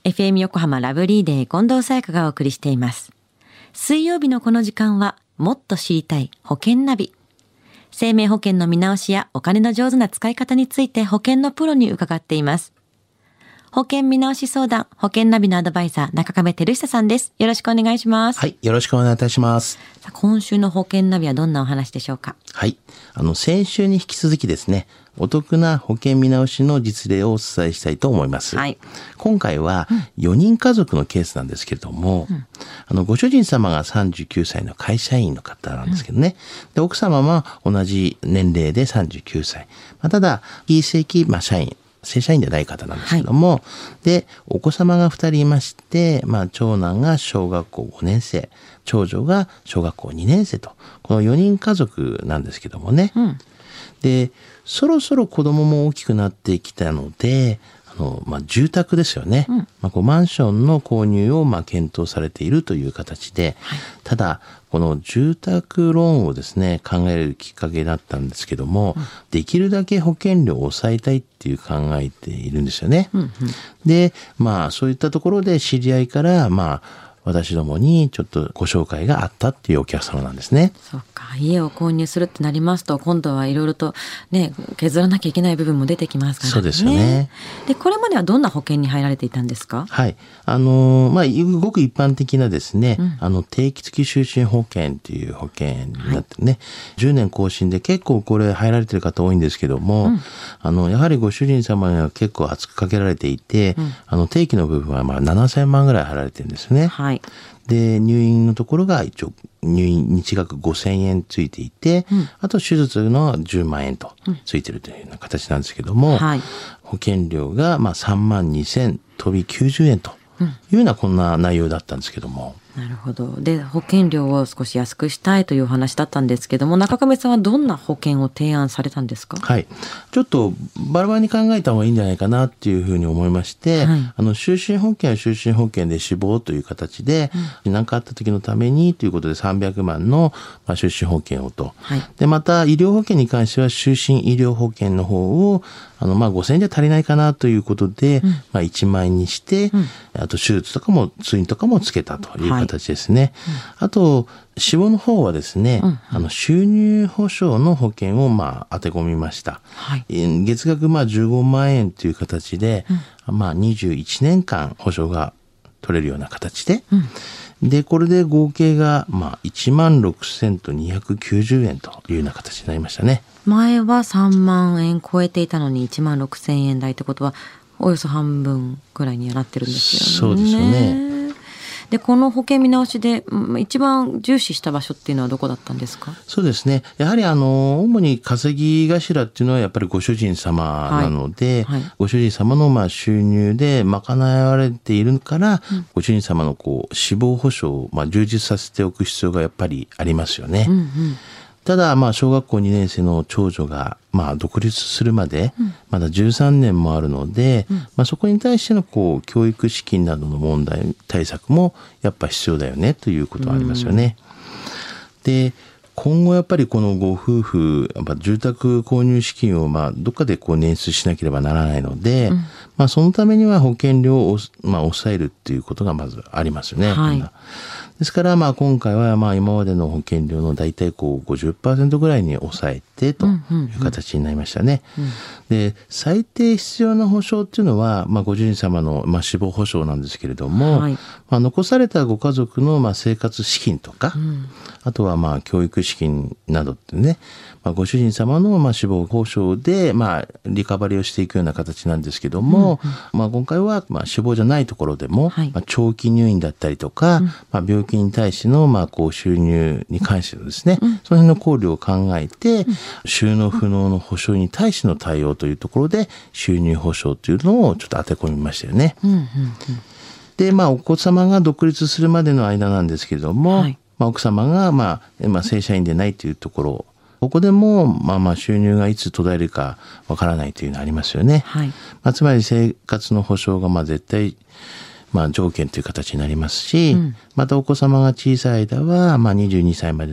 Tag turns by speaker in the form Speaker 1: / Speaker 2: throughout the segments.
Speaker 1: FM 横浜ラブリーデー近藤沙耶香がお送りしています。水曜日のこの時間はもっと知りたい保険ナビ。生命保険の見直しやお金の上手な使い方について保険のプロに伺っています。保険見直し相談、保険ナビのアドバイザー、中亀照久さんです。よろしくお願いします。
Speaker 2: はい、よろしくお願いいたします。
Speaker 1: さあ、今週の保険ナビはどんなお話でしょうか？
Speaker 2: はい、先週に引き続きですね、お得な保険見直しの実例をお伝えしたいと思います。
Speaker 1: はい、
Speaker 2: 今回は4人家族のケースなんですけれども、ご主人様が39歳の会社員の方なんですけどね、で奥様は同じ年齢で39歳、ただ非正規社員、正社員でない方なんですけども、でお子様が2人いまして、長男が小学校5年生、長女が小学校2年生と、この4人家族なんですけどもね、でそろそろ子供も大きくなってきたので、住宅ですよね、マンションの購入を検討されているという形で、ただこの住宅ローンをですね考えるきっかけだったんですけども、できるだけ保険料を抑えたいっていう考えているんですよね。でそういったところで知り合いから私どもにちょっとご紹介があったっていうお客様なんですね。
Speaker 1: そうか、家を購入するってなりますと、今度はいろいろとね削らなきゃいけない部分も出てきますからね。
Speaker 2: そうですよね。
Speaker 1: でこれまではどんな保険に入られていたんですか？
Speaker 2: はい、ごく一般的なですね、定期付き就寝保険っていう保険になってね、10年更新で結構これ入られてる方多いんですけども、やはりご主人様には結構圧かけられていて、定期の部分は7000万ぐらい払われてるんですね。
Speaker 1: はい。
Speaker 2: で入院のところが一応入院日額5000円ついていて、あと手術の10万円とついてるというような形なんですけども、保険料が3万2000飛び90円というようなこんな内容だったんですけども。
Speaker 1: なるほど。で保険料を少し安くしたいというお話だったんですけども、中亀さんはどんな保険を提案されたんですか？はい、
Speaker 2: ちょっとバラバラに考えた方がいいんじゃないかなっていうふうに思いまして、就寝保険は就寝保険で死亡という形で、何かあった時のためにということで300万の就寝保険をと、でまた医療保険に関しては就寝医療保険の方を5000円じゃ足りないかなということで、1万円にして、あと手術とかも通院とかもつけたという形ですね。あと死亡の方はですね、収入保障の保険を当て込みました。月額15万円という形で、21年間保証が取れるような形で、でこれで合計が1万6000と290円というような形になりましたね。
Speaker 1: 前は3万円超えていたのに1万6000円台ってことはおよそ半分くらいにはなってるんですよね。
Speaker 2: そうですよね。
Speaker 1: でこの保険見直しで一番重視した場所っていうのはどこだったんですか？
Speaker 2: そうですね、やはり主に稼ぎ頭っていうのはやっぱりご主人様なので、ご主人様の収入で賄われているから、ご主人様の死亡保障を充実させておく必要がやっぱりありますよね。ただ小学校2年生の長女が独立するまでまだ13年もあるので、そこに対しての教育資金などの問題対策もやっぱ必要だよねということはありますよね。で今後やっぱりこのご夫婦住宅購入資金をどっかで捻出しなければならないので、そのためには保険料を抑えるっていうことがまずありますよね。ですから今回は今までの保険料のだいたい50% ぐらいに抑えてという形になりましたね。で最低必要な保障っていうのは、ご主人様の死亡保障なんですけれども、残されたご家族の生活資金とか、あとは教育資金などってね、ご主人様の死亡保障でリカバリーをしていくような形なんですけども、今回は死亡じゃないところでも、長期入院だったりとか、病気に対しての収入に関してのですね、その辺の考慮を考えて、収納不能の保障に対しての対応というところで収入保障というのをちょっと当て込みましたよね。でお子様が独立するまでの間なんですけれども、奥様が正社員でないというところ、ここでも収入がいつ途絶えるかわからないというのがありますよね。つまり生活の保障が絶対条件という形になりますし、またお子様が小さい間は22歳までの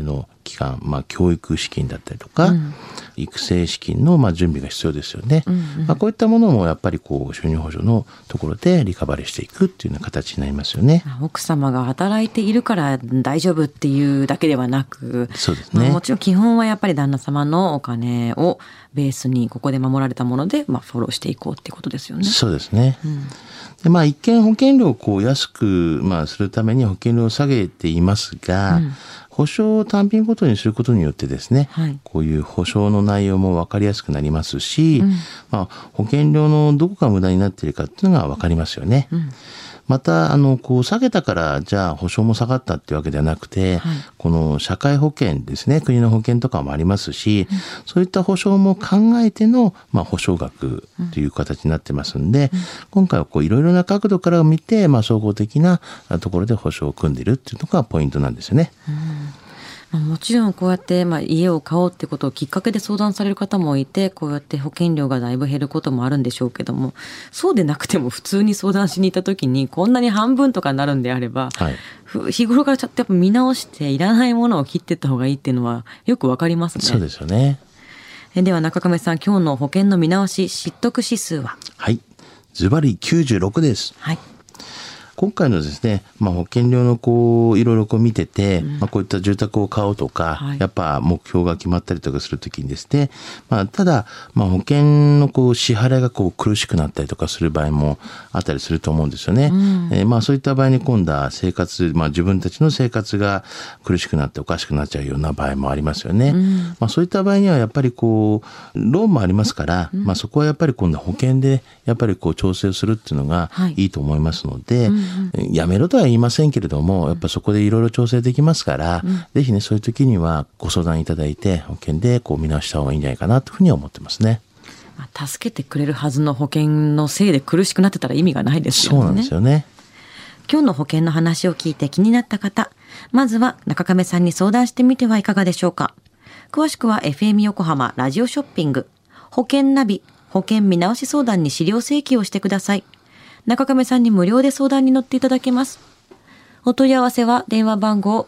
Speaker 2: 期間、教育資金だったりとか、育成資金の準備が必要ですよね。こういったものもやっぱり収入補助のところでリカバリーしていくっていうような形になりますよね。
Speaker 1: 奥様が働いているから大丈夫っていうだけではなく、
Speaker 2: そうですね。
Speaker 1: もちろん基本はやっぱり旦那様のお金をベースにここで守られたものでフォローしていこうっていうことですよね。
Speaker 2: そうですね。で一見保険料を安くするために保険料を下げていますが、保証を単品ごとにすることによってですね、こういう保証の内容も分かりやすくなりますし、保険料のどこが無駄になっているかっていうのが分かりますよね。また下げたからじゃあ保証も下がったっていうわけではなくて、この社会保険ですね、国の保険とかもありますし、そういった保証も考えての保証額という形になってますんで、今回はいろいろな角度から見て総合的なところで保証を組んでいるっていうのがポイントなんですよね。
Speaker 1: もちろんこうやって家を買おうってことをきっかけで相談される方もいて、こうやって保険料がだいぶ減ることもあるんでしょうけども、そうでなくても普通に相談しに行った時にこんなに半分とかになるんであれば、日頃からちょっとやっぱ見直していらないものを切っていった方がいいっていうのはよくわかりますね。
Speaker 2: そうですよね。
Speaker 1: では中亀さん、今日の保険の見直し知得指数は？
Speaker 2: ズバリ96です。今回のですね、保険料のいろいろ見てて、こういった住宅を買おうとか、やっぱ目標が決まったりとかするときにですね、ただ、保険の支払いが苦しくなったりとかする場合もあったりすると思うんですよね。そういった場合に今度は生活、自分たちの生活が苦しくなっておかしくなっちゃうような場合もありますよね。そういった場合にはやっぱりローンもありますから、そこはやっぱり今度は保険でやっぱり調整するっていうのがいいと思いますので、やめろとは言いませんけれども、やっぱそこでいろいろ調整できますから、ぜひね、そういう時にはご相談いただいて保険で見直した方がいいんじゃないかなというふうには思ってますね。
Speaker 1: 助けてくれるはずの保険のせいで苦しくなってたら意味がないですよね。
Speaker 2: そうなんですよね。
Speaker 1: 今日の保険の話を聞いて気になった方、まずは中亀さんに相談してみてはいかがでしょうか。詳しくは FM 横浜ラジオショッピング保険ナビ保険見直し相談に資料請求をしてください。中亀さんに無料で相談に乗っていただけます。お問い合わせは電話番号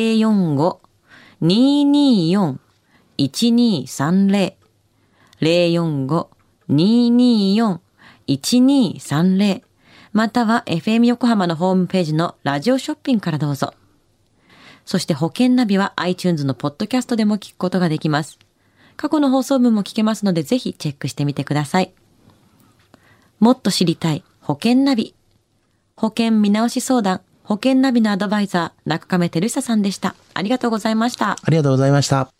Speaker 1: 045-224-1230 045-224-1230 または FM 横浜のホームページのラジオショッピングからどうぞ。そして保険ナビは iTunes のポッドキャストでも聞くことができます。過去の放送分も聞けますのでぜひチェックしてみてください。もっと知りたい保険ナビ。保険見直し相談、保険ナビのアドバイザー、中亀照久さんでした。ありがとうございました。
Speaker 2: ありがとうございました。